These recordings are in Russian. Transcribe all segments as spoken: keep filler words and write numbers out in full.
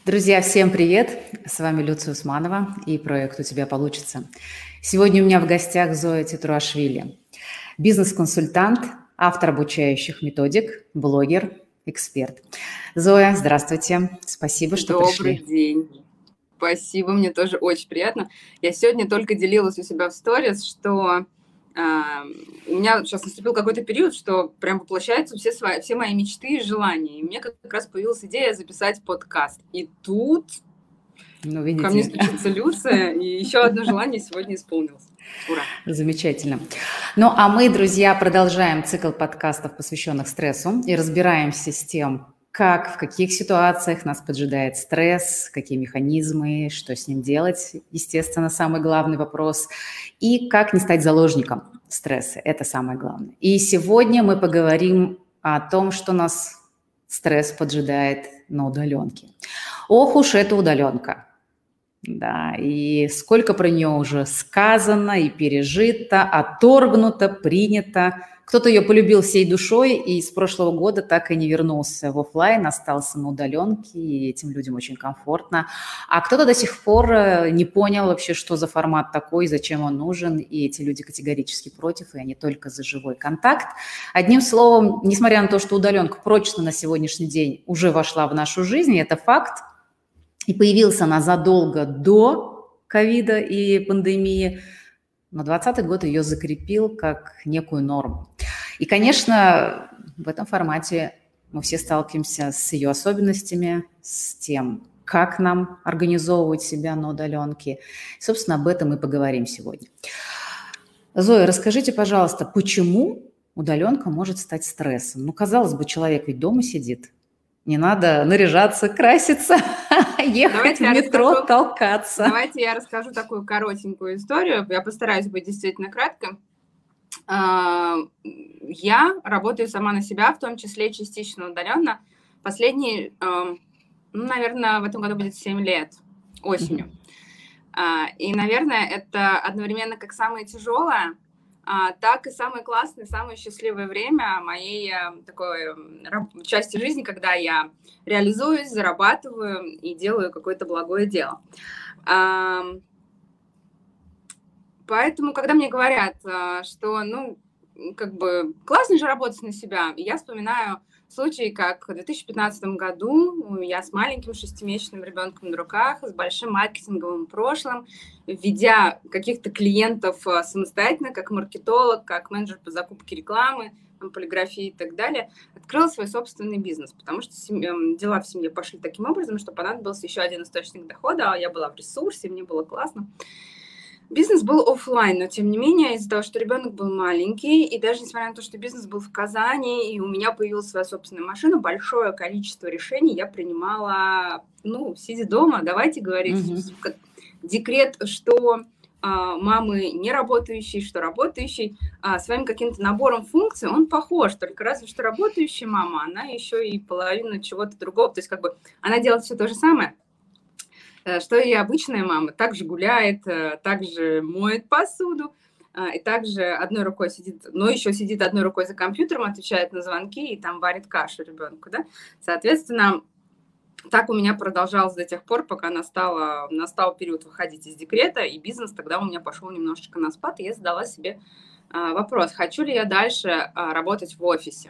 Друзья, всем привет! С вами Люция Усманова и проект «У тебя получится». Сегодня у меня в гостях Зоя Тетруашвили, бизнес-консультант, автор обучающих методик, блогер, эксперт. Зоя, здравствуйте. Спасибо, что Добрый пришли. день. Спасибо, мне тоже очень приятно. Я сегодня только делилась у себя в сторис, что а, у меня сейчас наступил какой-то период, что прям воплощаются все, свои, все мои мечты и желания. И у меня как раз появилась идея записать подкаст. И тут Ну, ко мне видите, стучится Люция, и еще одно желание сегодня исполнилось. Ура! замечательно. Ну, а мы, друзья, продолжаем цикл подкастов, посвященных стрессу, и разбираемся с тем, как, в каких ситуациях нас поджидает стресс, какие механизмы, что с ним делать, естественно, самый главный вопрос, и как не стать заложником стресса, это самое главное. И сегодня мы поговорим о том, что нас стресс поджидает на удаленке. Ох уж эта удаленка! Да, и сколько про нее уже сказано и пережито, отторгнуто, принято. Кто-то ее полюбил всей душой и с прошлого года так и не вернулся в офлайн, остался на удаленке, и этим людям очень комфортно. А кто-то до сих пор не понял вообще, что за формат такой, зачем он нужен, и эти люди категорически против, и они только за живой контакт. Одним словом, несмотря на то, что удаленка прочно на сегодняшний день уже вошла в нашу жизнь, это факт, и появился она задолго до ковида и пандемии, но двадцатый год ее закрепил как некую норму. И, конечно, в этом формате мы все сталкиваемся с ее особенностями, с тем, как нам организовывать себя на удаленке. Собственно, об этом мы поговорим сегодня. Зоя, расскажите, пожалуйста, почему удаленка может стать стрессом? Ну, казалось бы, человек ведь дома сидит. Не надо наряжаться, краситься, ехать Давайте в метро, расскажу, толкаться. Давайте я расскажу такую коротенькую историю. Я постараюсь быть действительно краткой. Я работаю сама на себя, в том числе частично удаленно. Последние, ну, наверное, в этом году будет семь лет, осенью. И, наверное, это одновременно как самое тяжелое, так и самое классное, самое счастливое время моей такой части жизни, когда я реализуюсь, зарабатываю и делаю какое-то благое дело. Поэтому, когда мне говорят, что, ну, как бы классно же работать на себя, я вспоминаю случай, как в две тысячи пятнадцатом году я с маленьким шестимесячным ребенком на руках, с большим маркетинговым прошлым, ведя каких-то клиентов самостоятельно, как маркетолог, как менеджер по закупке рекламы, полиграфии и так далее, открыла свой собственный бизнес, потому что дела в семье пошли таким образом, что понадобился еще один источник дохода, а я была в ресурсе, мне было классно. Бизнес был офлайн, но тем не менее, из-за того, что ребенок был маленький, и даже несмотря на то, что бизнес был в Казани, и у меня появилась своя собственная машина, большое количество решений я принимала, ну, сидя дома, давайте говорить, mm-hmm. декрет, что а, мамы не работающие, что работающие, а, своим каким-то набором функций он похож, только разве что работающая мама, она еще и половина чего-то другого, то есть как бы она делает все то же самое, что и обычная мама, также гуляет, также моет посуду, и также одной рукой сидит, но еще сидит одной рукой за компьютером, отвечает на звонки и там варит кашу ребенку, да. Соответственно, так у меня продолжалось до тех пор, пока настала, настал период выходить из декрета, и бизнес тогда у меня пошел немножечко на спад, и я задала себе вопрос, хочу ли я дальше работать в офисе.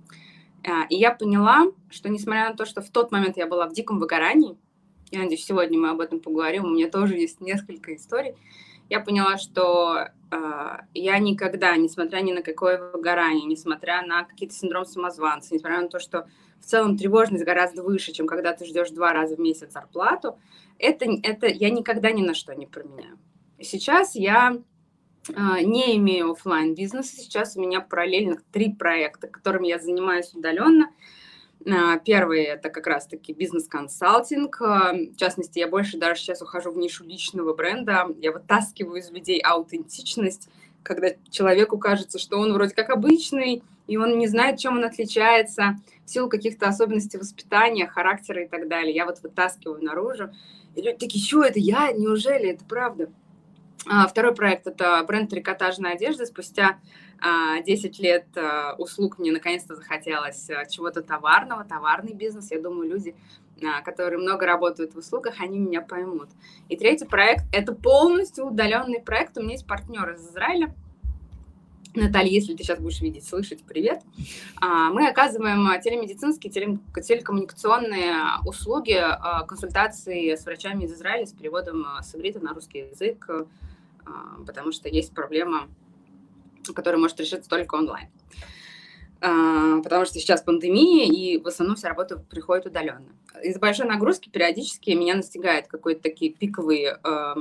И я поняла, что несмотря на то, что в тот момент я была в диком выгорании, я надеюсь, сегодня мы об этом поговорим, у меня тоже есть несколько историй, я поняла, что э, я никогда, несмотря ни на какое выгорание, несмотря на какие-то синдром самозванца, несмотря на то, что в целом тревожность гораздо выше, чем когда ты ждешь два раза в месяц зарплату, это, это я никогда ни на что не променяю. Сейчас я э, не имею офлайн бизнеса, сейчас у меня параллельных три проекта, которыми я занимаюсь удаленно. Первый – это как раз-таки бизнес-консалтинг. В частности, я больше даже сейчас ухожу в нишу личного бренда. Я вытаскиваю из людей аутентичность, когда человеку кажется, что он вроде как обычный, и он не знает, чем он отличается, в силу каких-то особенностей воспитания, характера и так далее. Я вот вытаскиваю наружу. И люди такие, что это я? Неужели это правда? Второй проект – это бренд трикотажной одежды. Спустя десять лет услуг мне наконец-то захотелось чего-то товарного, товарный бизнес. Я думаю, люди которые много работают в услугах, они меня поймут. И третий проект – это полностью удаленный проект. У меня есть партнер из Израиля. Наталья, если ты сейчас будешь видеть, слышать, привет. Мы оказываем телемедицинские, телекоммуникационные услуги, консультации с врачами из Израиля с переводом с иврита на русский язык, потому что есть проблема, которая может решиться только онлайн. Потому что сейчас пандемия, и в основном вся работа приходит удаленно. Из-за большой нагрузки периодически меня настигают какие-то такие пиковые, э,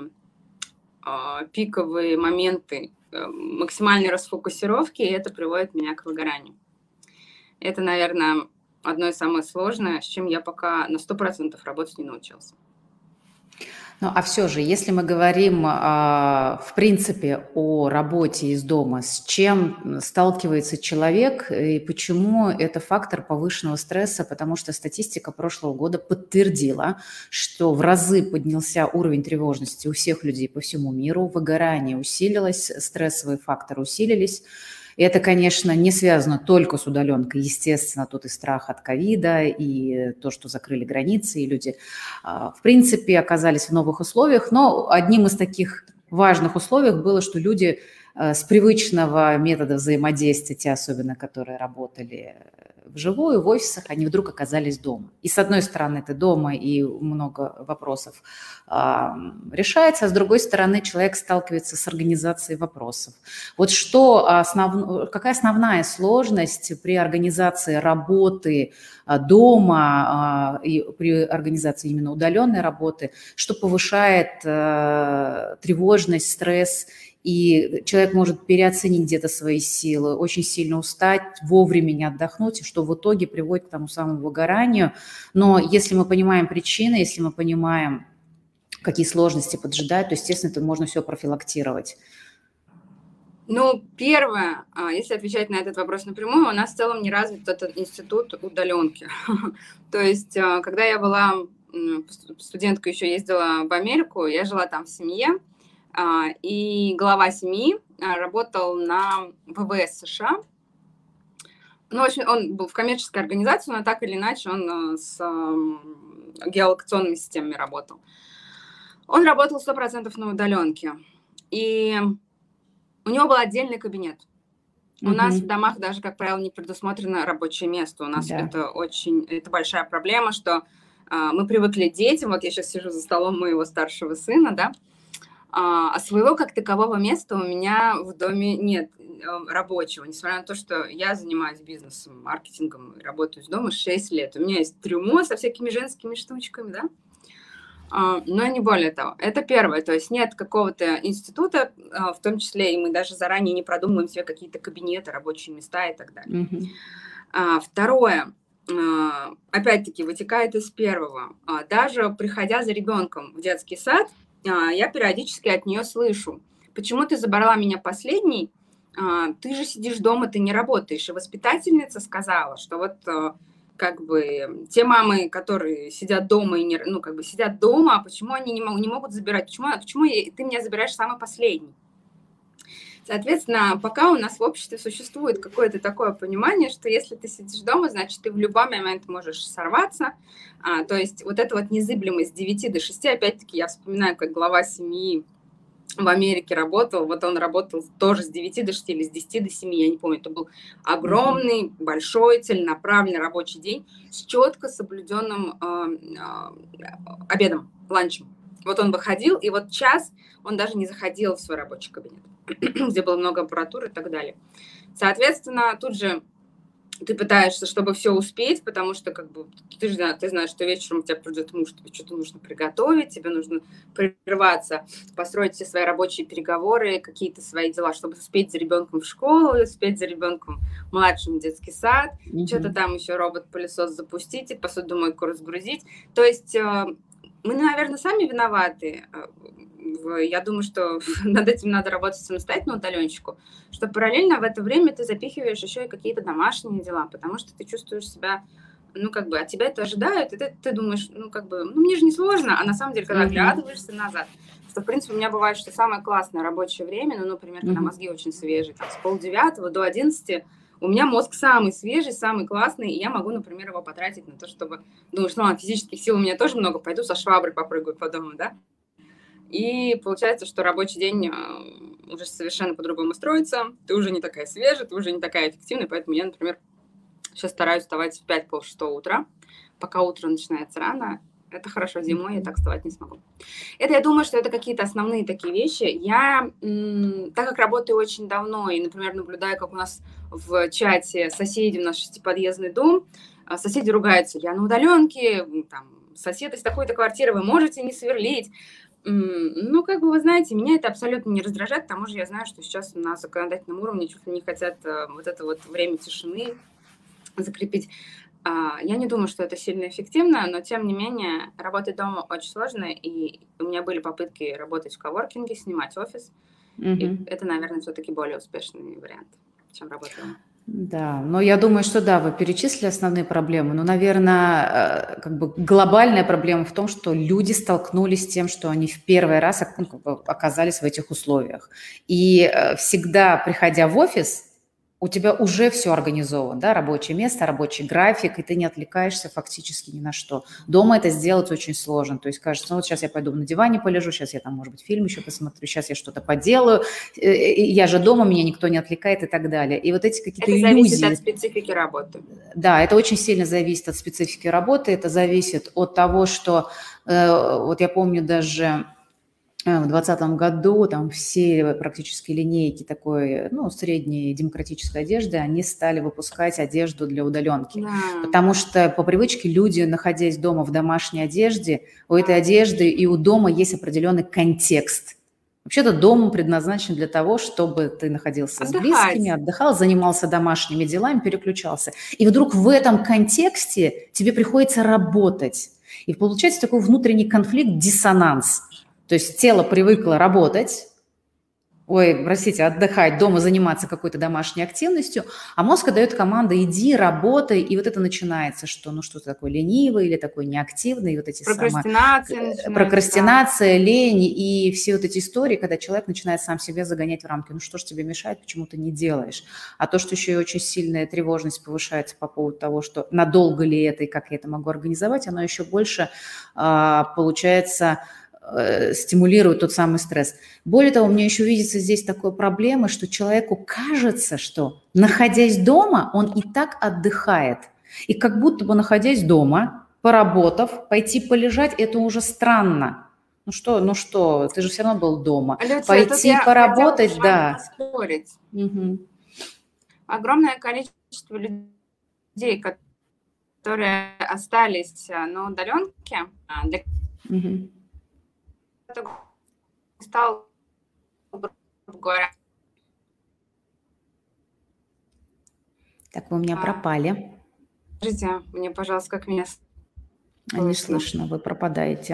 э, пиковые моменты э, максимальной расфокусировки, и это приводит меня к выгоранию. Это, наверное, одно из самых сложных, с чем я пока на сто процентов работать не научился. Ну, а все же, если мы говорим, в принципе, о работе из дома, с чем сталкивается человек и почему это фактор повышенного стресса? Потому что статистика прошлого года подтвердила, что в разы поднялся уровень тревожности у всех людей по всему миру, выгорание усилилось, стрессовые факторы усилились. И это, конечно, не связано только с удаленкой. Естественно, тут и страх от ковида, и то, что закрыли границы, и люди, в принципе, оказались в новых условиях. Но одним из таких важных условий было, что люди с привычного метода взаимодействия, те особенно, которые работали вживую, в офисах, они вдруг оказались дома. И с одной стороны, ты дома, и много вопросов а, решается, а с другой стороны, человек сталкивается с организацией вопросов. Вот что основ... какая основная сложность при организации работы дома а, и при организации именно удаленной работы, что повышает а, тревожность, стресс, и человек может переоценить где-то свои силы, очень сильно устать, вовремя не отдохнуть, что в итоге приводит к тому самому выгоранию. Но если мы понимаем причины, если мы понимаем, какие сложности поджидают, то, естественно, это можно все профилактировать. Ну, первое, если отвечать на этот вопрос напрямую, у нас в целом не развит этот институт удаленки. То есть, когда я была студенткой, еще ездила в Америку, я жила там в семье, и глава семьи работал на ВВС США. Ну, в общем, он был в коммерческой организации, но так или иначе он с геолокационными системами работал. Он работал сто процентов на удаленке. И у него был отдельный кабинет. У mm-hmm. нас в домах даже, как правило, не предусмотрено рабочее место. У нас да. это очень, это большая проблема, что а, мы привыкли детям, вот я сейчас сижу за столом моего старшего сына, да, а своего как такового места у меня в доме нет рабочего, несмотря на то, что я занимаюсь бизнесом, маркетингом, работаю из дома шесть лет. У меня есть трюмо со всякими женскими штучками, да, но не более того. Это первое, то есть нет какого-то института, в том числе, и мы даже заранее не продумываем себе какие-то кабинеты, рабочие места и так далее. Mm-hmm. Второе, опять-таки, вытекает из первого. Даже приходя за ребенком в детский сад, я периодически от нее слышу: почему ты забрала меня последней, ты же сидишь дома, ты не работаешь. И воспитательница сказала, что вот как бы те мамы, которые сидят дома и не, ну как бы сидят дома, а почему они не могут, не могут забирать, почему, почему ты меня забираешь самый последний? Соответственно, пока у нас в обществе существует какое-то такое понимание, что если ты сидишь дома, значит, ты в любой момент можешь сорваться. А, то есть вот эта вот незыблемость с девяти до шести, опять-таки, я вспоминаю, как глава семьи в Америке работал. Вот он работал тоже с девяти до шести или с десяти до семи, я не помню. Это был огромный, mm-hmm. большой, целенаправленный рабочий день с четко соблюденным э, э, обедом, ланчем. Вот он выходил, и вот час он даже не заходил в свой рабочий кабинет, где было много аппаратуры и так далее. Соответственно, тут же ты пытаешься, чтобы все успеть, потому что как бы ты же ты знаешь, что вечером у тебя придет муж, тебе что-то нужно приготовить, тебе нужно прерваться, построить все свои рабочие переговоры, какие-то свои дела, чтобы успеть за ребенком в школу, успеть за ребенком младшим в детский сад, mm-hmm. что-то там еще робот-пылесос запустить и посудомойку разгрузить. То есть мы, наверное, сами виноваты. Я думаю, что над этим надо работать самостоятельно удаленщику, что параллельно в это время ты запихиваешь еще и какие-то домашние дела, потому что ты чувствуешь себя, ну, как бы, от тебя это ожидают, и ты, ты думаешь, ну, как бы, ну, мне же не сложно, а на самом деле, когда оглядываешься назад, что, в принципе, у меня бывает, что самое классное рабочее время, ну, например, когда мозги очень свежие, там, с полдевятого до одиннадцати у меня мозг самый свежий, самый классный, и я могу, например, его потратить на то, чтобы... Думаешь, ну, ладно, физических сил у меня тоже много, пойду со шваброй попрыгаю по дому, да? И получается, что рабочий день э, уже совершенно по-другому строится, ты уже не такая свежая, ты уже не такая эффективная, поэтому я, например, сейчас стараюсь вставать в пять-пол шестого утра, пока утро начинается рано. Это хорошо, зимой я так вставать не смогу. Это, я думаю, что это какие-то основные такие вещи. Я, м, так как работаю очень давно и, например, наблюдаю, как у нас в чате соседи, у нас шестиподъездный дом, а соседи ругаются, я на удаленке, там, сосед из такой-то квартиры, вы можете не сверлить. М, Ну, как бы, вы знаете, меня это абсолютно не раздражает, к тому же я знаю, что сейчас на законодательном уровне чуть ли не хотят э, вот это вот время тишины закрепить. А, Я не думаю, что это сильно эффективно, но тем не менее работать дома очень сложно, и у меня были попытки работать в коворкинге, снимать офис, и Мгм. это, наверное, все-таки более успешный вариант, чем работа дома. Да, но я думаю, что да, вы перечислили основные проблемы. Но, наверное, как бы глобальная проблема в том, что люди столкнулись с тем, что они в первый раз ну, как бы оказались в этих условиях. И э, всегда, приходя в офис, у тебя уже все организовано, да, рабочее место, рабочий график, и ты не отвлекаешься фактически ни на что. Дома это сделать очень сложно. То есть кажется, ну вот сейчас я пойду на диване полежу, сейчас я там, может быть, фильм еще посмотрю, сейчас я что-то поделаю, э, я же дома, меня никто не отвлекает и так далее. И вот эти какие-то Это зависит иллюзии. от специфики работы. Да, это очень сильно зависит от специфики работы, это зависит от того, что, э, вот я помню даже э, в двадцатом году там все практически линейки такой, ну, средней демократической одежды, они стали выпускать одежду для удаленки. Да. Потому что по привычке люди, находясь дома в домашней одежде, у этой одежды и у дома есть определенный контекст. Вообще-то дом предназначен для того, чтобы ты находился с близкими, Отдыхать. отдыхал, занимался домашними делами, переключался. И вдруг в этом контексте тебе приходится работать. И получается такой внутренний конфликт, диссонанс. То есть тело привыкло работать, ой, простите, отдыхать, дома заниматься какой-то домашней активностью, а мозг отдает команду, иди, работай, и вот это начинается, что ну что ты такой ленивый или такой неактивный, и вот эти самые Прокрастинация начинается. прокрастинация, лень и все вот эти истории, когда человек начинает сам себя загонять в рамки, ну что ж тебе мешает, почему ты не делаешь, а то, что еще и очень сильная тревожность повышается по поводу того, что надолго ли это и как я это могу организовать, оно еще больше а, получается стимулирует тот самый стресс. Более того, мне еще видится здесь такой проблемой, что человеку кажется, что, находясь дома, он и так отдыхает. И как будто бы, находясь дома, поработав, пойти полежать, это уже странно. Ну что, ну что, ты же все равно был дома. Люция, пойти поработать, да. Спорить. Угу. Огромное количество людей, которые остались на удаленке, для Угу. стал, грубо говоря. Так, вы у меня пропали. Скажите мне, пожалуйста, как меня слышно? Не слышно, вы пропадаете.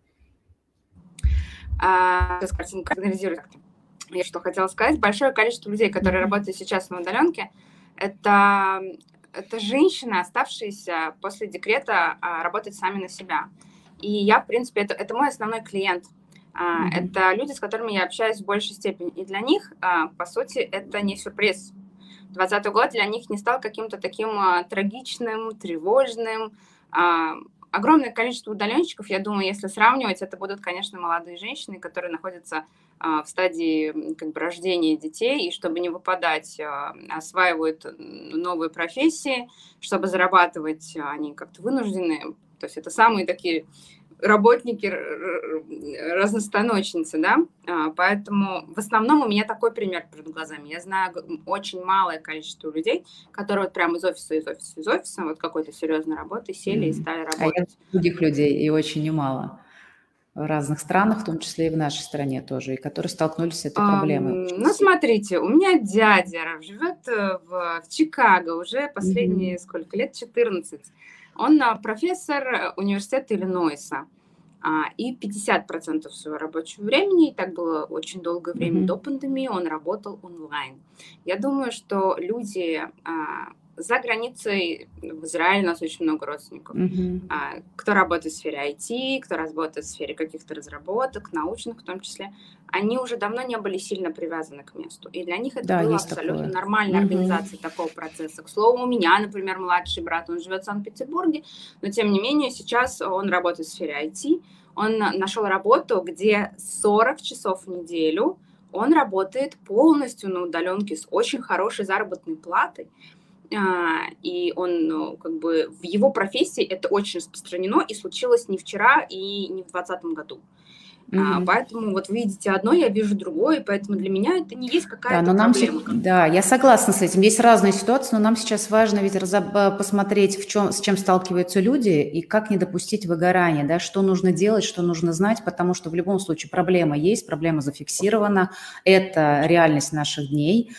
А, сейчас картинка анализирует. Я что хотела сказать. Большое количество людей, которые mm-hmm. работают сейчас на удаленке, это, это женщины, оставшиеся после декрета работать сами на себя. И я, в принципе, это, это мой основной клиент. Mm-hmm. Это люди, с которыми я общаюсь в большей степени. И для них, по сути, это не сюрприз. двадцатый год для них не стал каким-то таким трагичным, тревожным. Огромное количество удаленщиков, я думаю, если сравнивать, это будут, конечно, молодые женщины, которые находятся в стадии как бы, рождения детей, и чтобы не выпадать, осваивают новые профессии, чтобы зарабатывать, они как-то вынуждены. То есть это самые такие работники, разностаночницы, да, поэтому в основном у меня такой пример перед глазами. Я знаю очень малое количество людей, которые вот прямо из офиса, из офиса, из офиса, вот какой-то серьезной работы сели mm-hmm. и стали работать. А я других людей, и очень немало, в разных странах, в том числе и в нашей стране тоже, и которые столкнулись с этой проблемой. Um, ну, смотрите, у меня дядя живет в, в Чикаго уже последние, mm-hmm. сколько лет, четырнадцать. Он профессор университета Иллинойса, и пятьдесят процентов своего рабочего времени, и так было очень долгое время mm-hmm. до пандемии, он работал онлайн. Я думаю, что люди за границей, в Израиле у нас очень много родственников. Мгм. А, кто работает в сфере ай ти, кто работает в сфере каких-то разработок, научных в том числе, они уже давно не были сильно привязаны к месту. И для них это Да, было есть абсолютно такое. нормальной Мгм. организацией такого процесса. К слову, у меня, например, младший брат, он живет в Санкт-Петербурге, но тем не менее сейчас он работает в сфере ай ти. Он нашел работу, где сорок часов в неделю он работает полностью на удаленке с очень хорошей заработной платой. А, И он, ну, как бы, в его профессии это очень распространено, и случилось не вчера и не в двадцатом году. А, Мгм. Поэтому вот вы видите одно, я вижу другое, поэтому для меня это не есть Да, какая-то но нам, се- проблема. да, я согласна с этим. Есть разные ситуации, но нам сейчас важно ведь разоб- э, посмотреть, в чем, с чем сталкиваются люди и как не допустить выгорания, да, что нужно делать, что нужно знать, потому что в любом случае проблема есть, проблема зафиксирована, это реальность наших дней.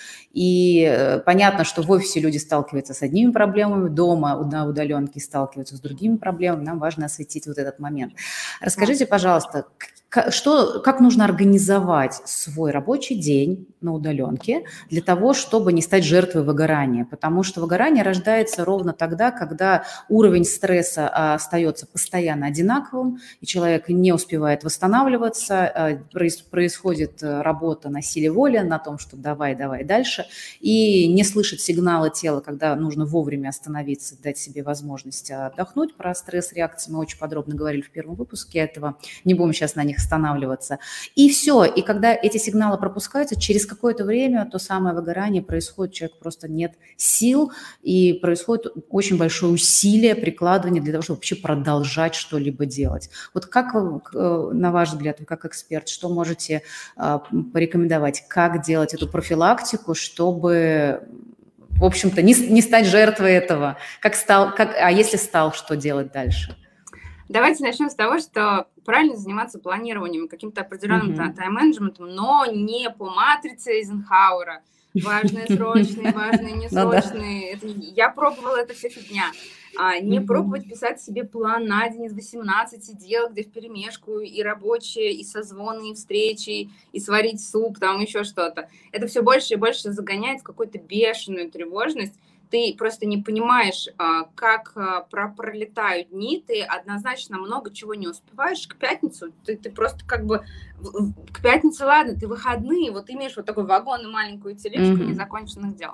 И э, понятно, что в офисе люди сталкиваются с одними проблемами, дома на удаленке сталкиваются с другими проблемами. Нам важно осветить вот этот момент. Расскажите, пожалуйста, к- что, как нужно организовать свой рабочий день на удаленке для того, чтобы не стать жертвой выгорания? Потому что выгорание рождается ровно тогда, когда уровень стресса а, остается постоянно одинаковым, и человек не успевает восстанавливаться, а, проис- происходит э, работа на силе воли, на том, что давай, давай дальше, и не слышит сигналы тела, когда нужно вовремя остановиться, дать себе возможность отдохнуть. Про стресс-реакции мы очень подробно говорили в первом выпуске этого, не будем сейчас на них останавливаться. И все. И когда эти сигналы пропускаются, через какое-то время то самое выгорание происходит, человек просто нет сил, и происходит очень большое усилие, прикладывание для того, чтобы вообще продолжать что-либо делать. Вот как вы, э, на ваш взгляд, вы как эксперт, что можете э, порекомендовать, как делать эту профилактику, чтобы, в общем-то, не, не стать жертвой этого? Как стал, как, а если стал, что делать дальше? Давайте начнем с того, что правильно заниматься планированием, каким-то определенным Мгм. тайм-менеджментом, но не по матрице Эйзенхауэра. Важные, срочные, важные, Ну да. несрочные. Это, я пробовала, это все фигня. А не Мгм. пробовать писать себе план на день из восемнадцати дел, где вперемешку и рабочие, и созвоны, и встречи, и сварить суп, там еще что-то. Это все больше и больше загоняет в какую-то бешеную тревожность. Ты просто не понимаешь, а, как а, про- пролетают дни, ты однозначно много чего не успеваешь. К пятницу ты, ты просто как бы... в- в- К пятнице, ладно, ты выходные, вот имеешь вот такой вагон и маленькую тележку Мгм. незаконченных дел.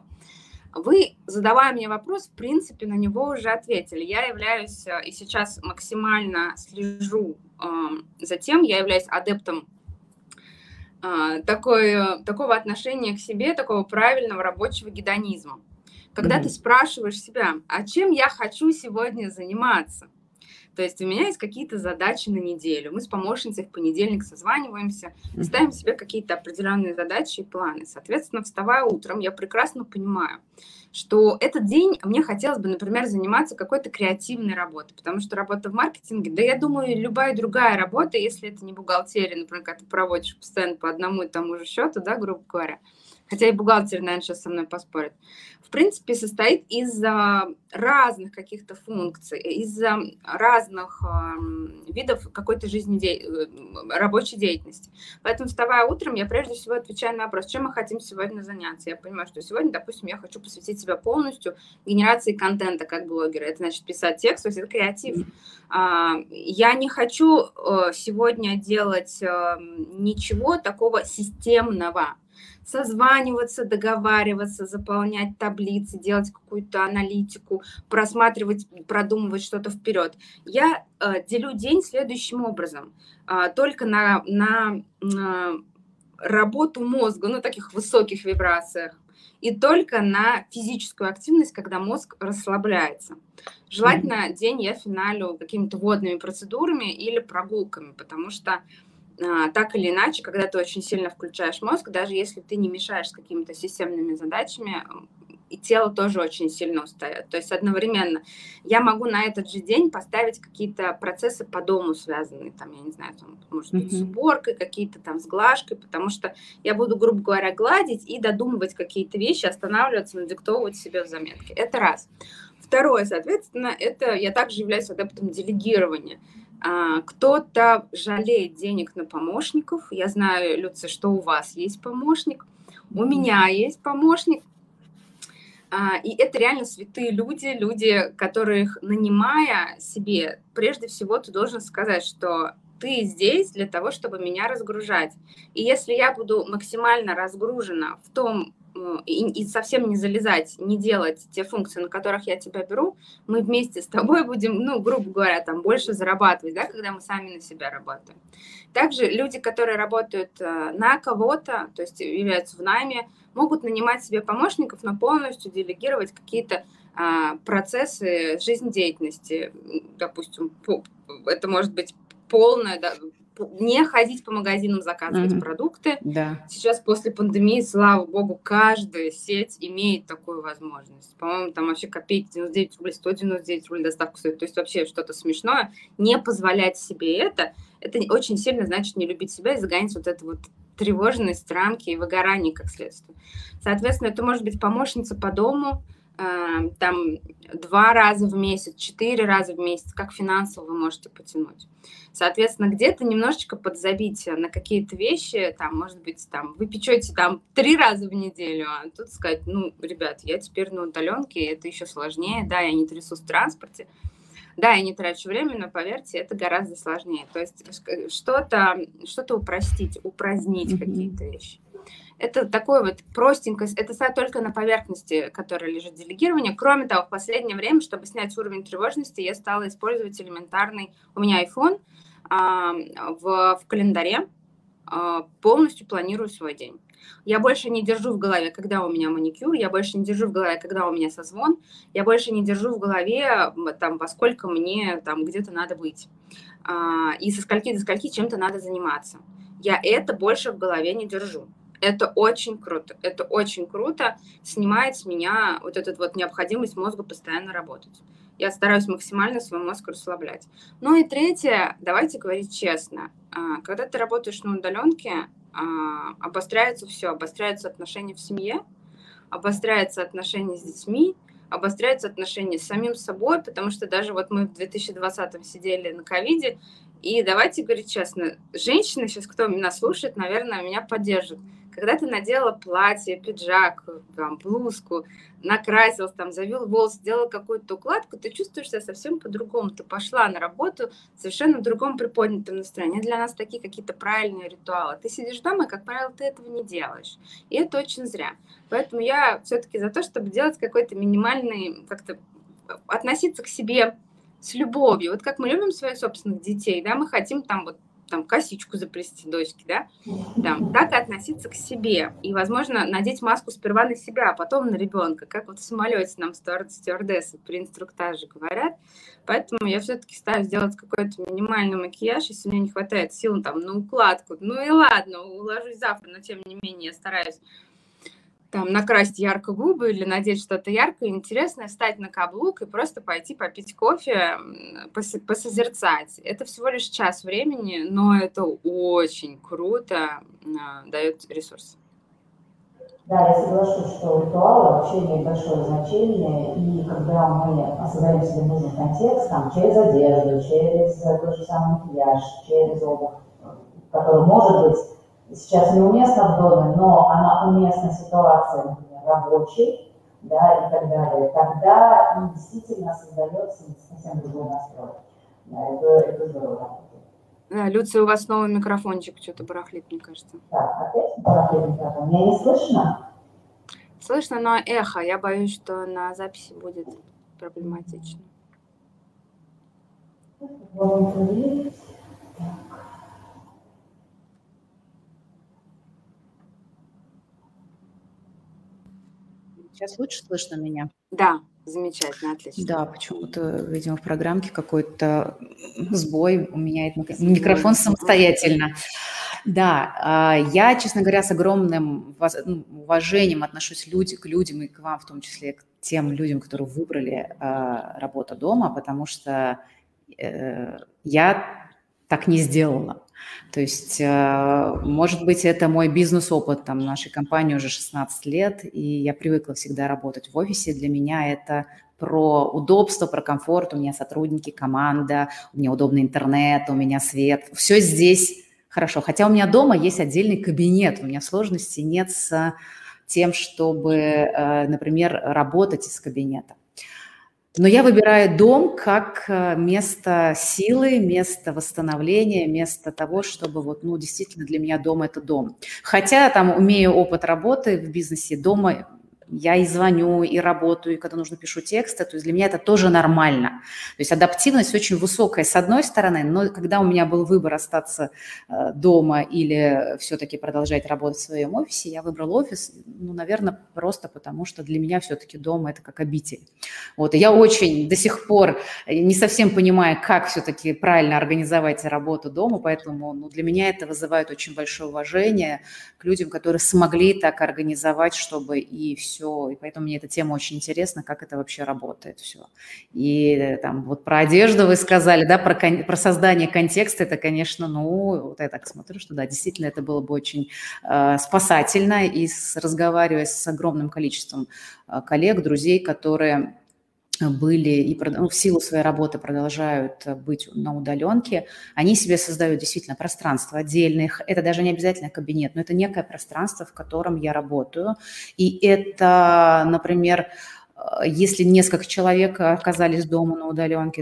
Вы, задавая мне вопрос, в принципе, на него уже ответили. Я являюсь а, и сейчас максимально слежу а, за тем, я являюсь адептом а, такой, такого отношения к себе, такого правильного рабочего гедонизма. Когда ты Мгм. спрашиваешь себя, а чем я хочу сегодня заниматься? То есть у меня есть какие-то задачи на неделю. Мы с помощницей в понедельник созваниваемся, ставим Мгм. себе какие-то определенные задачи и планы. Соответственно, вставая утром, я прекрасно понимаю, что этот день мне хотелось бы, например, заниматься какой-то креативной работой, потому что работа в маркетинге, да я думаю, любая другая работа, если это не бухгалтерия, например, когда ты проводишь постоянно по одному и тому же счету, да, грубо говоря, хотя и бухгалтер, наверное, сейчас со мной поспорит, в принципе, состоит из а, разных каких-то функций, из а, разных а, видов какой-то жизнедей... рабочей деятельности. Поэтому, вставая утром, я прежде всего отвечаю на вопрос, чем мы хотим сегодня заняться. Я понимаю, что сегодня, допустим, я хочу посвятить себя полностью генерации контента как блогера. Это значит писать текст, то есть это креатив. А, я не хочу а, сегодня делать а, ничего такого системного. Созваниваться, договариваться, заполнять таблицы, делать какую-то аналитику, просматривать, продумывать что-то вперед. Я э, делю день следующим образом. Э, только на, на э, работу мозга, ну, таких высоких вибрациях, и только на физическую активность, когда мозг расслабляется. Желательно день я финалю какими-то водными процедурами или прогулками, потому что а, так или иначе, когда ты очень сильно включаешь мозг, даже если ты не мешаешь с какими-то системными задачами, и тело тоже очень сильно устает. То есть одновременно я могу на этот же день поставить какие-то процессы по дому связанные, там, я не знаю, там, может быть, с Мгм. уборкой, какие-то там с глажкой, потому что я буду, грубо говоря, гладить и додумывать какие-то вещи, останавливаться, надиктовывать себе в заметке. Это раз. Второе, соответственно, это я также являюсь адептом делегирования. А, кто-то жалеет денег на помощников. Я знаю, Люция, что у вас есть помощник. У Мгм. меня есть помощник. И это реально святые люди, люди, которых, нанимая себе, прежде всего ты должен сказать, что ты здесь для того, чтобы меня разгружать. И если я буду максимально разгружена в том, и, и совсем не залезать, не делать те функции, на которых я тебя беру, мы вместе с тобой будем, ну, грубо говоря, там больше зарабатывать, да, когда мы сами на себя работаем. Также люди, которые работают на кого-то, то есть являются в найме, могут нанимать себе помощников, но полностью делегировать какие-то а, процессы жизнедеятельности. Допустим, это может быть полное, да, не ходить по магазинам, заказывать mm-hmm. продукты. Да. Сейчас после пандемии, слава богу, каждая сеть имеет такую возможность. По-моему, там вообще копейки девяносто девять рублей, сто девяносто девять рублей доставку стоит. То есть вообще что-то смешное. Не позволять себе это, это очень сильно значит не любить себя и загонять вот эту вот тревожность, рамки и выгорание как следствие. Соответственно, это может быть помощница по дому, э, там два раза в месяц, четыре раза в месяц, как финансово вы можете потянуть. Соответственно, где-то немножечко подзабить на какие-то вещи, там, может быть, там, вы печете там три раза в неделю, а тут сказать, ну, ребят, я теперь на удаленке, это еще сложнее, да, я не трясусь в транспорте, да, я не трачу время, но, поверьте, это гораздо сложнее. То есть что-то, что-то упростить, упразднить mm-hmm. какие-то вещи. Это такое вот простенькое, это только на поверхности, которая лежит делегирование. Кроме того, в последнее время, чтобы снять уровень тревожности, я стала использовать элементарный, у меня iPhone, а, в, в календаре а, полностью планирую свой день. Я больше не держу в голове, когда у меня маникюр, я больше не держу в голове, когда у меня созвон, я больше не держу в голове, там, во сколько мне там где-то надо быть, а, и со скольки до скольки чем-то надо заниматься. Я это больше в голове не держу. Это очень круто, это очень круто, снимает с меня вот эту вот необходимость мозга постоянно работать. Я стараюсь максимально свой мозг расслаблять. Ну и третье, давайте говорить честно, когда ты работаешь на удаленке, обостряется все, обостряются отношения в семье, обостряются отношения с детьми, обостряются отношения с самим собой, потому что даже вот мы в две тысячи двадцатом сидели на ковиде, и давайте говорить честно, женщины сейчас, кто меня слушает, наверное, меня поддержат. Когда ты надела платье, пиджак, там, блузку, накрасилась, там, завил волосы, сделала какую-то укладку, ты чувствуешь себя совсем по-другому. Ты пошла на работу совершенно в другом приподнятом настроении. Для нас такие какие-то правильные ритуалы. Ты сидишь дома, и, как правило, ты этого не делаешь. И это очень зря. Поэтому я все-таки за то, чтобы делать какой-то минимальный, как-то относиться к себе с любовью. Вот как мы любим своих собственных детей, да, мы хотим там вот там косичку заплести дочке, да, там, так и относиться к себе. И, возможно, надеть маску сперва на себя, а потом на ребенка, как вот в самолете нам стюард, стюардессы при инструктаже говорят. Поэтому я все-таки стараюсь сделать какой-то минимальный макияж, если мне не хватает сил там на укладку. Ну и ладно, уложусь завтра, но тем не менее я стараюсь там накрасить ярко губы или надеть что-то яркое, интересное, встать на каблук и просто пойти попить кофе, посозерцать. Это всего лишь час времени, но это очень круто дает ресурс. Да, я соглашусь, что ритуалы вообще имеют большое значение, и когда мы осознаем себе нужный контекст, там, через одежду, через тот же самый макияж, через обувь, который может быть сейчас неуместно в доме, но она уместна в ситуации, например, рабочей, да, и так далее, тогда действительно создается совсем другой настрой. Да, это, это здорово. Да, Люция, у вас новый микрофончик что-то барахлит, мне кажется. Так, опять барахлит микрофон. Меня не слышно? Слышно, но эхо. Я боюсь, что на записи будет проблематично. Сейчас лучше слышно меня? Да, замечательно, отлично. Да, почему-то, видимо, в программке какой-то сбой, у меня это микрофон самостоятельно. Да, я, честно говоря, с огромным уважением отношусь люди, к людям и к вам, в том числе к тем людям, которые выбрали работу дома, потому что я так не сделала. То есть, может быть, это мой бизнес-опыт, там, нашей компании уже шестнадцать лет, и я привыкла всегда работать в офисе. Для меня это про удобство, про комфорт. У меня сотрудники, команда, у меня удобный интернет, у меня свет. Все здесь хорошо. Хотя у меня дома есть отдельный кабинет, у меня сложностей нет с тем, чтобы, например, работать из кабинета. Но я выбираю дом как место силы, место восстановления, место того, чтобы вот, ну, действительно для меня дом – это дом. Хотя там умею опыт работы в бизнесе, дома я и звоню, и работаю, и когда нужно пишу тексты, то есть для меня это тоже нормально. То есть адаптивность очень высокая с одной стороны, но когда у меня был выбор остаться э, дома или все-таки продолжать работать в своем офисе, я выбрала офис, ну, наверное, просто потому, что для меня все-таки дом – это как обитель. Вот, и я очень до сих пор не совсем понимаю, как все-таки правильно организовать работу дома, поэтому ну, для меня это вызывает очень большое уважение к людям, которые смогли так организовать, чтобы и все. Все, и поэтому мне эта тема очень интересна, как это вообще работает все. И там вот про одежду вы сказали, да, про, про создание контекста, это, конечно, ну, вот я так смотрю, что да, действительно это было бы очень э, спасательно, и с, разговаривая с огромным количеством э, коллег, друзей, которые были и ну, в силу своей работы продолжают быть на удаленке, они себе создают действительно пространство отдельное. Это даже не обязательно кабинет, но это некое пространство, в котором я работаю. И это, например, если несколько человек оказались дома на удаленке,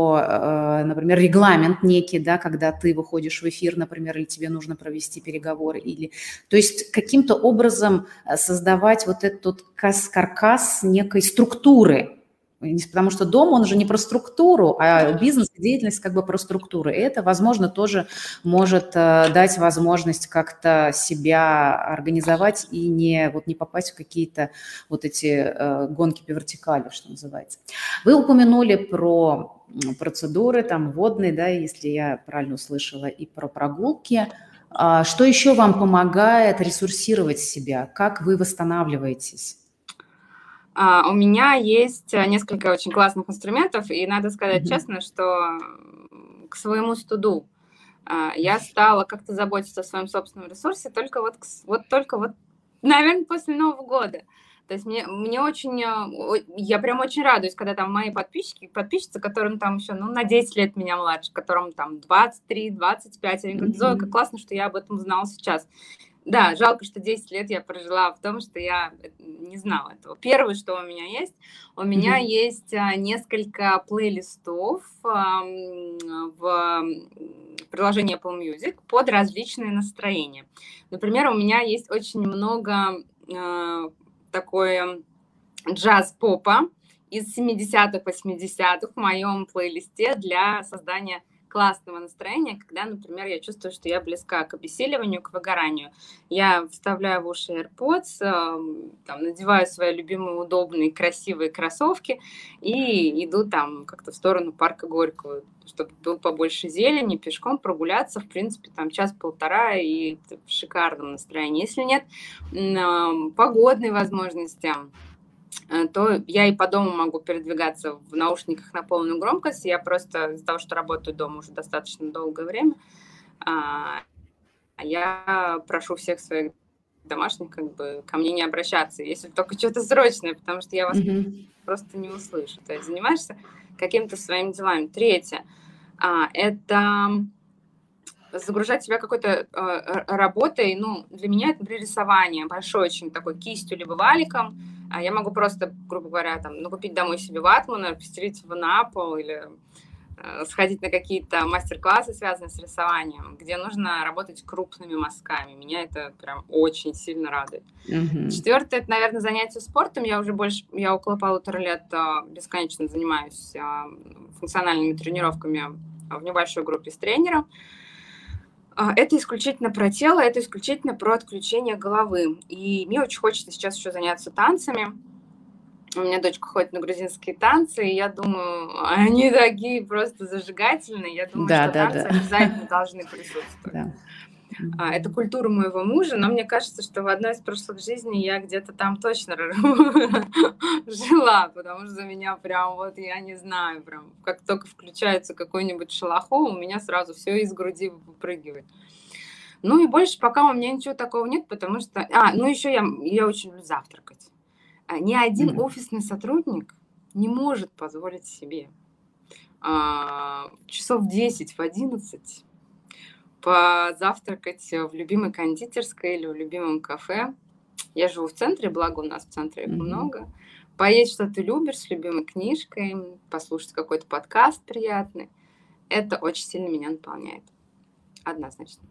то, например, регламент некий, да, когда ты выходишь в эфир, например, или тебе нужно провести переговоры, или, то есть каким-то образом создавать вот этот каркас некой структуры. Потому что дом, он же не про структуру, а бизнес и деятельность как бы про структуру. И это, возможно, тоже может э, дать возможность как-то себя организовать и не, вот, не попасть в какие-то вот эти э, гонки по вертикали, что называется. Вы упомянули про процедуры, там, водные, да, если я правильно услышала, и про прогулки. А что еще вам помогает ресурсировать себя? Как вы восстанавливаетесь? Uh, у меня есть несколько очень классных инструментов, и надо сказать mm-hmm. честно, что к своему стыду uh, я стала как-то заботиться о своем собственном ресурсе только вот, вот только вот, наверное, после Нового года. То есть мне, мне очень, я прям очень радуюсь, когда там мои подписчики, подписчицы, которым там еще, ну, на десять лет меня младше, которым там двадцать три, двадцать пять, они говорят: Зоя, как классно, что я об этом узнала сейчас. Да, жалко, что десять лет я прожила в том, что я не знала этого. Первое, что у меня есть, у меня mm-hmm. есть несколько плейлистов в приложении Apple Music под различные настроения. Например, у меня есть очень много такой джаз-попа из семидесятых, восьмидесятых в моем плейлисте для создания классного настроения, когда, например, я чувствую, что я близка к обессиливанию, к выгоранию. Я вставляю в уши AirPods, там, надеваю свои любимые удобные красивые кроссовки и иду там как-то в сторону парка Горького, чтобы было побольше зелени, пешком прогуляться, в принципе, там час-полтора и в шикарном настроении. Если нет погодной возможности, то я и по дому могу передвигаться в наушниках на полную громкость. Я просто из-за того, что работаю дома уже достаточно долгое время, я прошу всех своих домашних как бы ко мне не обращаться, если только что-то срочное, потому что я вас mm-hmm. просто не услышу. То есть занимаешься какими-то своими делами. Третье – это загружать себя какой-то работой. Ну, для меня это, например, рисование большой очень такой кистью либо валиком. Я могу просто, грубо говоря, там, ну, купить домой себе ватмана, постелить его на пол или э, сходить на какие-то мастер-классы, связанные с рисованием, где нужно работать крупными мазками. Меня это прям очень сильно радует. Mm-hmm. Четвертое, это, наверное, занятие спортом. Я уже больше, я около полутора лет э, бесконечно занимаюсь э, функциональными тренировками в небольшой группе с тренером. Это исключительно про тело, это исключительно про отключение головы. И мне очень хочется сейчас еще заняться танцами. У меня дочка ходит на грузинские танцы, и я думаю, они такие просто зажигательные. Я думаю, да, что да, танцы да. обязательно должны присутствовать. Да. Это культура моего мужа, но мне кажется, что в одной из прошлых жизней я где-то там точно жила, потому что за меня прям вот, я не знаю, прям как только включается какой-нибудь шалахо, у меня сразу все из груди выпрыгивает. Ну и больше пока у меня ничего такого нет, потому что... А, ну еще я, я очень люблю завтракать. Ни один mm-hmm. офисный сотрудник не может позволить себе а, часов в десять, в одиннадцать позавтракать в любимой кондитерской или в любимом кафе. Я живу в центре, благо у нас в центре их Мгм. много. Поесть, что ты любишь, с любимой книжкой, послушать какой-то подкаст приятный. Это очень сильно меня наполняет. Однозначно.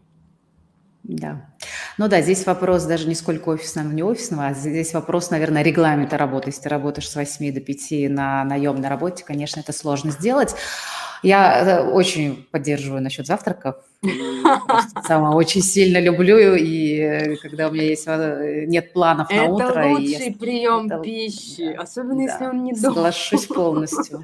Да. Ну да, здесь вопрос даже не сколько офисного, не офисного, а здесь вопрос, наверное, регламента работы. Если ты работаешь с восьми до пяти на наемной работе, конечно, это сложно сделать. Я э, очень поддерживаю насчет завтраков. И просто сама очень сильно люблю. И э, когда у меня есть, э, нет планов на Это утро, и я с- лучший прием это, пищи, да, особенно если да, он не дома. соглашусь полностью.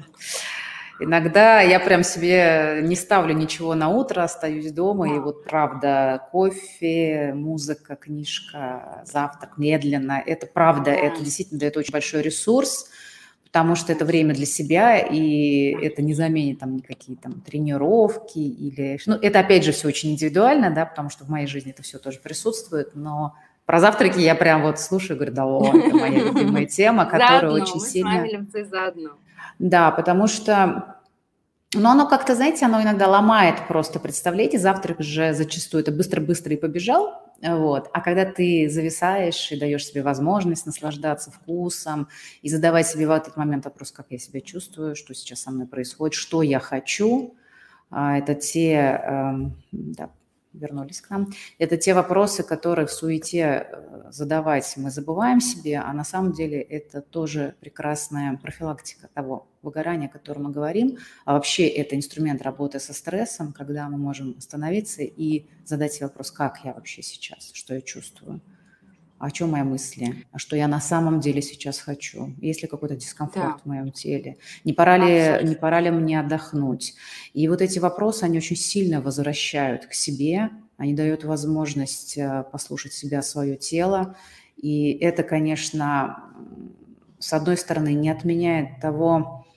Иногда я прям себе не ставлю ничего на утро, остаюсь дома, и Да. вот правда, кофе, музыка, книжка, завтрак медленно, это правда, Да. это действительно дает очень большой ресурс, потому что это время для себя, и это не заменит там никакие там тренировки или... Ну, это опять же все очень индивидуально, да, потому что в моей жизни это все тоже присутствует, но про завтраки я прям вот слушаю, говорю, да, о, это моя любимая тема, которая Заодно, очень мы с сильно... вами любцы заодно. Да, потому что, ну, оно как-то, знаете, оно иногда ломает просто представление. Завтрак же зачастую это быстро-быстро и побежал, вот. А когда ты зависаешь и даешь себе возможность наслаждаться вкусом и задавать себе в этот момент вопрос, как я себя чувствую, что сейчас со мной происходит, что я хочу, а, это те, эм, да, вернулись к нам, это те вопросы, которые в суете э, задавать мы забываем себе, а на самом деле это тоже прекрасная профилактика того выгорания, о котором мы говорим. А вообще это инструмент работы со стрессом, когда мы можем остановиться и задать себе вопрос, как я вообще сейчас, что я чувствую, о чем мои мысли, а что я на самом деле сейчас хочу, есть ли какой-то дискомфорт Да. в моем теле, не пора ли, Абсолютно. не пора ли мне отдохнуть. И вот эти вопросы, они очень сильно возвращают к себе, они дают возможность э, послушать себя, свое тело. И это, конечно, м, с одной стороны, не отменяет того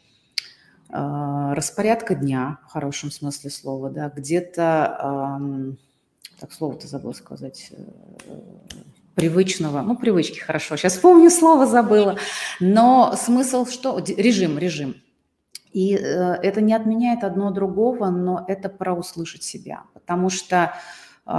э, распорядка дня, в хорошем смысле слова, да, где-то, ам, так слово-то забыла сказать, э, привычного, ну, привычки, хорошо, сейчас помню, слово забыла, но смысл что? Д- Режим, режим. И э, это не отменяет одно другого, но это про услышать себя, потому что э,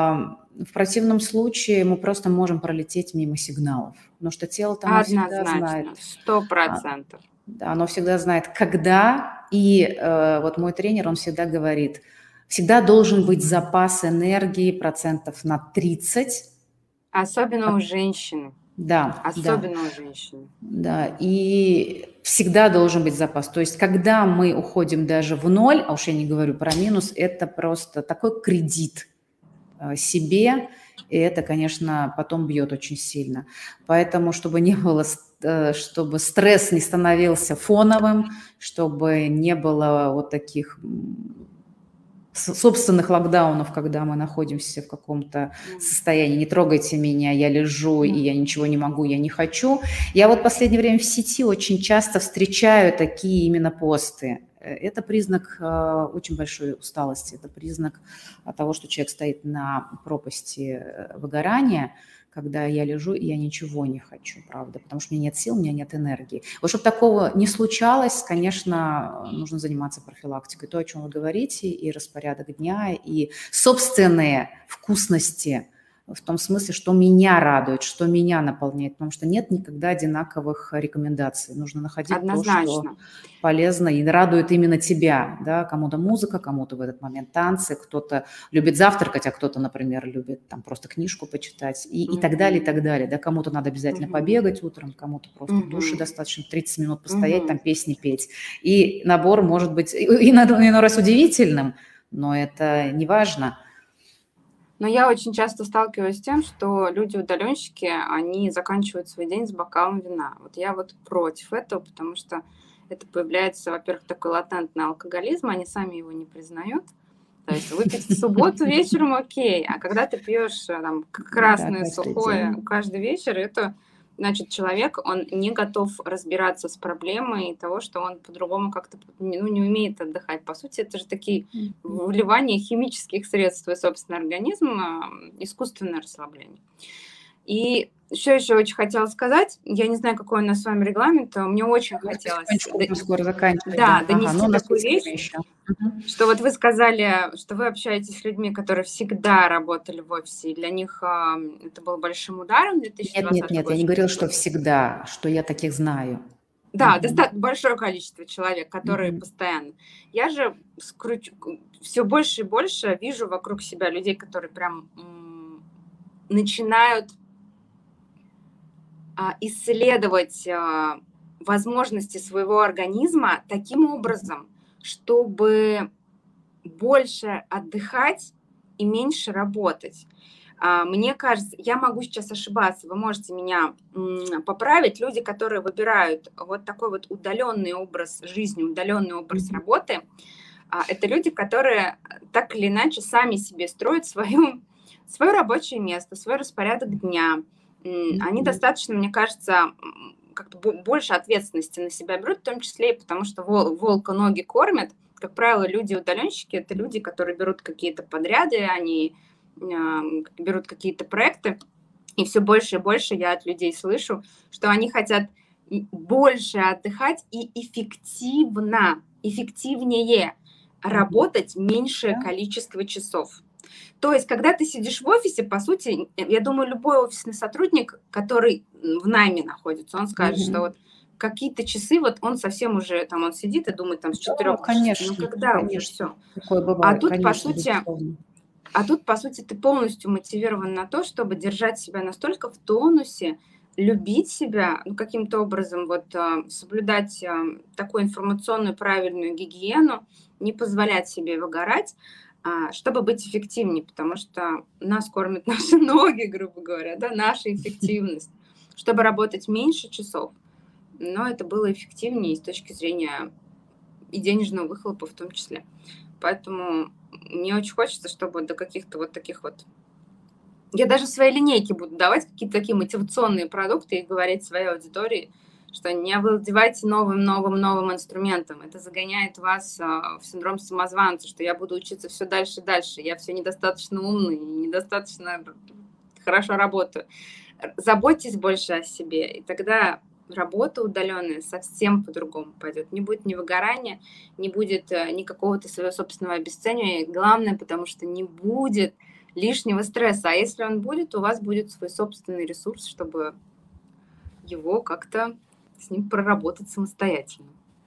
в противном случае мы просто можем пролететь мимо сигналов, потому что тело-то оно всегда знает, Однозначно, сто а, процентов. да, оно всегда знает, когда, и э, вот мой тренер, он всегда говорит, всегда должен быть запас энергии процентов на тридцать. Особенно у женщины. Да, да, Особенно у женщины. да. И всегда должен быть запас. То есть, когда мы уходим даже в ноль, а уж я не говорю про минус, это просто такой кредит э, себе, и это, конечно, потом бьет очень сильно. Поэтому, чтобы не было, ст- э, чтобы стресс не становился фоновым, чтобы не было вот таких м, с- собственных локдаунов, когда мы находимся в каком-то состоянии «не трогайте меня, я лежу, и я ничего не могу, я не хочу». Я вот в последнее время в сети очень часто встречаю такие именно посты. Э, Это признак э, очень большой усталости, это признак э, того, что человек стоит на пропасти э, выгорания, когда я лежу, и я ничего не хочу, правда, потому что у меня нет сил, у меня нет энергии. Вот чтобы такого не случалось, конечно, нужно заниматься профилактикой. То, о чем вы говорите, и распорядок дня, и собственные вкусности в том смысле, что меня радует, что меня наполняет, потому что нет никогда одинаковых рекомендаций. Нужно находить то, что Однозначно. полезно и радует именно тебя. Да? Кому-то музыка, кому-то в этот момент танцы, кто-то любит завтракать, а кто-то, например, любит там просто книжку почитать и, и так далее, и так далее. Да? Кому-то надо обязательно Мгм. побегать утром, кому-то просто в душе Мгм. достаточно тридцать минут постоять, Мгм. там песни петь. И набор может быть и, и на- иной раз удивительным, но это не важно. Но я очень часто сталкиваюсь с тем, что люди-удаленщики, они заканчивают свой день с бокалом вина. Вот я вот против этого, потому что это появляется, во-первых, такой латентный алкоголизм, они сами его не признают. То есть выпить в субботу вечером окей, а когда ты пьешь э, там к- Да, красное, каждый сухое день. каждый вечер, это значит человек, он не готов разбираться с проблемой того, что он по-другому как-то не- ну, не умеет отдыхать. По сути, это же такие Мгм. вливание химических средств в свой собственный организм, а, искусственное расслабление. И что еще очень хотела сказать, я не знаю, какой у нас с вами регламент, мне очень Мы хотелось потихонечку будем д- скоро заканчивать, да, да. Ага, донести ну у нас такую есть время вещь, еще. Мгм. что вот вы сказали, что вы общаетесь с людьми, которые всегда работали в офисе, и для них а, это был большим ударом Нет, нет, две тысячи двадцатый нет, я год. не говорила, что всегда, что я таких знаю. Да, Мгм. достаточно большое количество человек, которые Мгм. постоянно. Я же скручу, все больше и больше вижу вокруг себя людей, которые прям м, начинают а, исследовать а, возможности своего организма таким образом, чтобы больше отдыхать и меньше работать. А, Мне кажется, я могу сейчас ошибаться, вы можете меня м, поправить. Люди, которые выбирают вот такой вот удаленный образ жизни, удаленный образ Мгм. работы, а, это люди, которые так или иначе сами себе строят свою, свое рабочее место, свой распорядок дня. М, Они Мгм. достаточно, мне кажется, м, как-то бо- больше ответственности на себя берут, в том числе и потому, что вол- волка ноги кормят. Как правило, люди-удаленщики – это люди, которые берут какие-то подряды, они ам, берут какие-то проекты, и все больше и больше я от людей слышу, что они хотят и больше отдыхать и эффективно, эффективнее Мгм. работать меньшее Да. количество часов. То есть, когда ты сидишь в офисе, по сути, я думаю, любой офисный сотрудник, который м, в найме находится, он скажет, что Мгм. вот какие-то часы, вот он совсем уже, там, он сидит и думает, там, с Да, четырех до шести, ну, конечно, когда уже конечно. все? Такое А бывает, тут, по конечно, сути, безусловно. а тут, по сути, ты полностью мотивирован на то, чтобы держать себя настолько в тонусе, любить себя, ну, каким-то образом вот а, соблюдать а, такую информационную правильную гигиену, не позволять себе выгорать, а, чтобы быть эффективнее, потому что нас кормят наши ноги, грубо говоря, да, наша эффективность, чтобы работать меньше часов, но это было эффективнее и с точки зрения и денежного выхлопа в том числе. Поэтому мне очень хочется, чтобы до каких-то вот таких вот... Я даже в своей линейке буду давать какие-то такие мотивационные продукты и говорить своей аудитории, что не овладевайте новым-новым-новым инструментом. Это загоняет вас а, в синдром самозванца, что я буду учиться все дальше и дальше. Я все недостаточно умный, недостаточно хорошо работаю. Заботьтесь больше о себе, и тогда работа удаленная совсем по-другому пойдет. Не будет ни выгорания, не будет э, ни какого-то своего собственного обесценивания. Главное, потому что не будет лишнего стресса. А если он будет, у вас будет свой собственный ресурс, чтобы его как-то с ним проработать самостоятельно.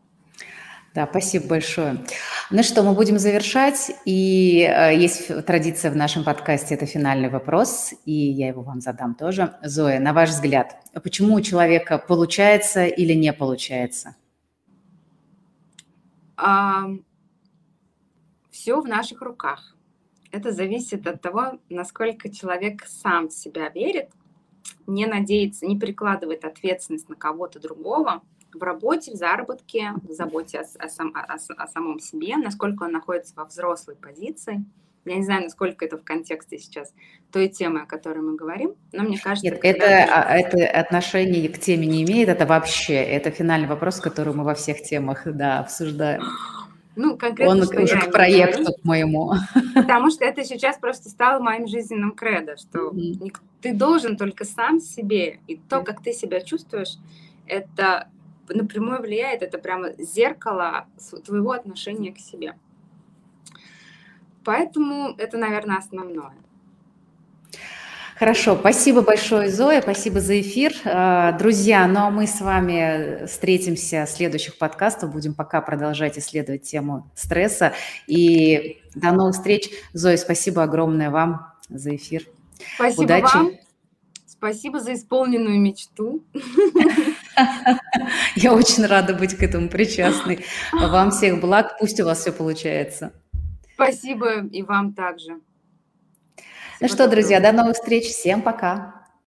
Да, спасибо большое. Ну что, мы будем завершать. И э, есть ф- традиция в нашем подкасте, это финальный вопрос, и я его вам задам тоже. Зоя, на ваш взгляд, почему у человека получается или не получается? Все в наших руках. Это зависит от того, насколько человек сам в себя верит, не надеется, не перекладывает ответственность на кого-то другого в работе, в заработке, в заботе о, о, сам, о, о самом себе, насколько он находится во взрослой позиции. Я не знаю, насколько это в контексте сейчас той темы, о которой мы говорим, но мне кажется, Нет, когда это, ты... а, это отношение к теме не имеет, это вообще, это финальный вопрос, который мы во всех темах, да, обсуждаем. Ну, конкретно, Он что уже я к имею проекту, в виду, к моему. потому что это сейчас просто стало моим жизненным кредо, что Мгм. ник- ты должен только сам себе, и то, как ты себя чувствуешь, это напрямую влияет, это прямо зеркало с- твоего отношения к себе. Поэтому это, наверное, основное. Хорошо, спасибо большое, Зоя, спасибо за эфир. А, Друзья, ну а мы с вами встретимся в следующих подкастах, будем пока продолжать исследовать тему стресса. И до новых встреч. Зоя, спасибо огромное вам за эфир. Спасибо Удачи. вам. Спасибо за исполненную мечту. Я очень рада быть к этому причастной. Вам всех благ, пусть у вас все получается. Спасибо и вам также. Ну Всего что, друзья, доброго. до новых встреч. Всем пока.